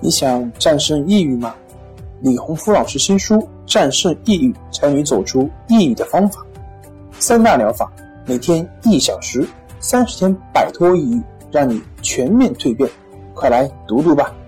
你想战胜抑郁吗？李洪福老师新书《战胜抑郁》教你走出抑郁的方法，3大疗法，每天1小时，30天摆脱抑郁，让你全面蜕变。快来读读吧。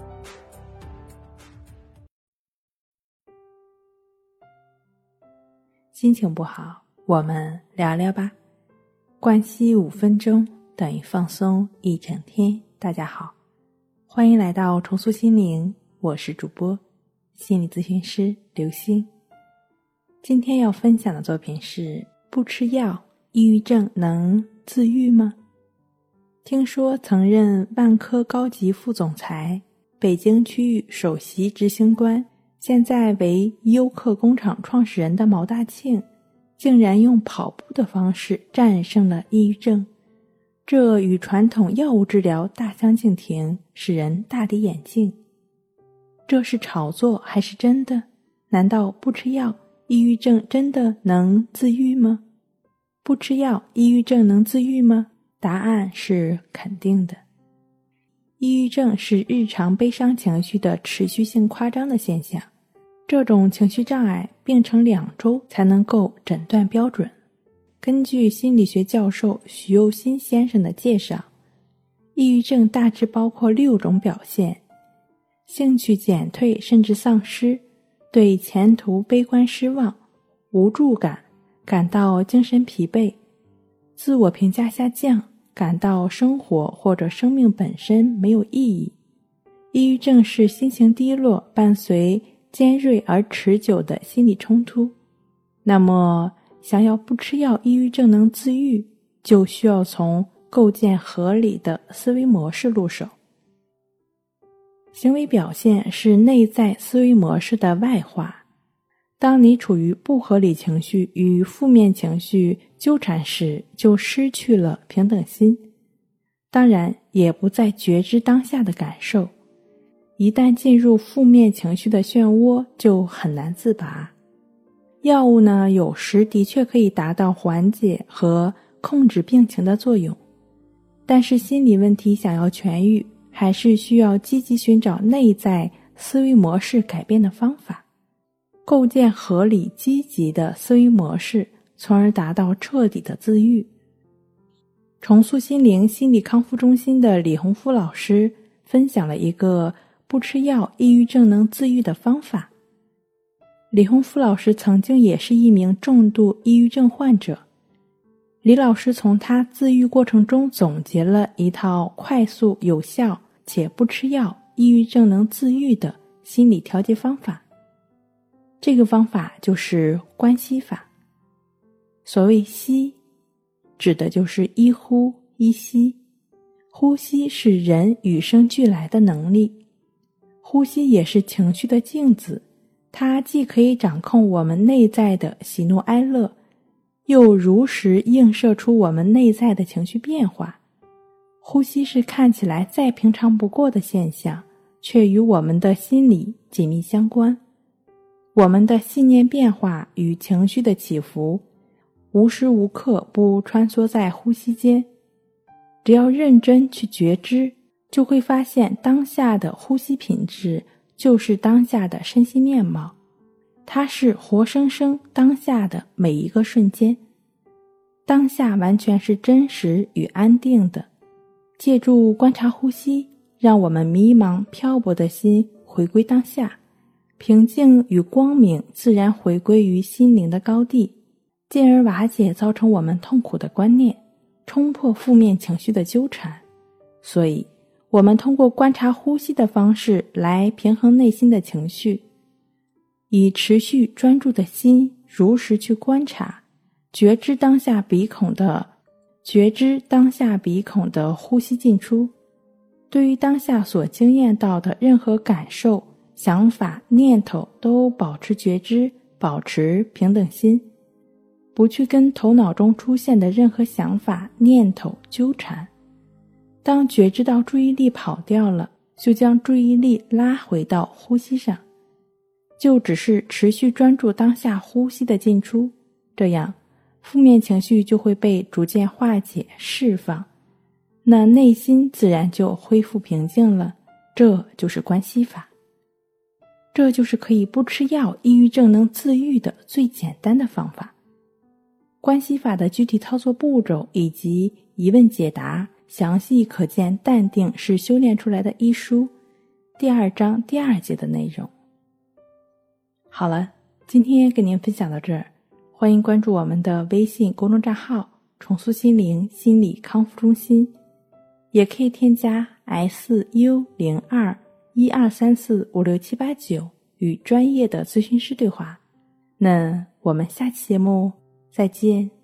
心情不好，我们聊聊吧。关系5分钟等于放松1整天。大家好，欢迎来到重塑心灵，我是主播心理咨询师刘星。今天要分享的作品是：不吃药，抑郁症能自愈吗？听说曾任万科高级副总裁、北京区域首席执行官，现在为优客工厂创始人的毛大庆，竟然用跑步的方式战胜了抑郁症，这与传统药物治疗大相径庭，使人大跌眼镜。这是炒作还是真的？难道不吃药，抑郁症真的能自愈吗？不吃药，抑郁症能自愈吗？答案是肯定的。抑郁症是日常悲伤情绪的持续性夸张的现象，这种情绪障碍病程2周才能够诊断标准。根据心理学教授徐又新先生的介绍，抑郁症大致包括6种表现：兴趣减退甚至丧失，对前途悲观失望，无助感，感到精神疲惫，自我评价下降，感到生活或者生命本身没有意义。抑郁症是心情低落，伴随尖锐而持久的心理冲突。那么想要不吃药抑郁症能自愈，就需要从构建合理的思维模式入手。行为表现是内在思维模式的外化。当你处于不合理情绪与负面情绪纠缠时，就失去了平等心，当然也不再觉知当下的感受。一旦进入负面情绪的漩涡，就很难自拔。药物呢，有时的确可以达到缓解和控制病情的作用，但是心理问题想要痊愈，还是需要积极寻找内在思维模式改变的方法，构建合理积极的思维模式，从而达到彻底的自愈。重塑心灵心理康复中心的李洪福老师分享了一个不吃药抑郁症能自愈的方法。李洪福老师曾经也是一名重度抑郁症患者，李老师从他自愈过程中总结了一套快速有效且不吃药抑郁症能自愈的心理调节方法。这个方法就是关系法。所谓吸，指的就是一呼一吸。呼吸是人与生俱来的能力，呼吸也是情绪的镜子，它既可以掌控我们内在的喜怒哀乐，又如实映射出我们内在的情绪变化。呼吸是看起来再平常不过的现象，却与我们的心理紧密相关。我们的信念变化与情绪的起伏，无时无刻不穿梭在呼吸间。只要认真去觉知，就会发现当下的呼吸品质就是当下的身心面貌，它是活生生当下的每一个瞬间。当下完全是真实与安定的。借助观察呼吸，让我们迷茫漂泊的心回归当下，平静与光明自然回归于心灵的高地，进而瓦解造成我们痛苦的观念，冲破负面情绪的纠缠。所以我们通过观察呼吸的方式来平衡内心的情绪，以持续专注的心如实去观察，觉知当下鼻孔的呼吸进出。对于当下所经验到的任何感受、想法、念头都保持觉知，保持平等心，不去跟头脑中出现的任何想法、念头纠缠。当觉知到注意力跑掉了，就将注意力拉回到呼吸上，就只是持续专注当下呼吸的进出，这样负面情绪就会被逐渐化解释放，那内心自然就恢复平静了， 这就是关系法。这就是可以不吃药抑郁症能自愈的最简单的方法。关系法的具体操作步骤以及疑问解答详细可见《淡定是修炼出来的》一书第2章第2节的内容。好了，今天跟您分享到这儿，欢迎关注我们的微信公众账号重塑心灵心理康复中心，也可以添加 SU0212345679与专业的咨询师对话。那我们下期节目再见。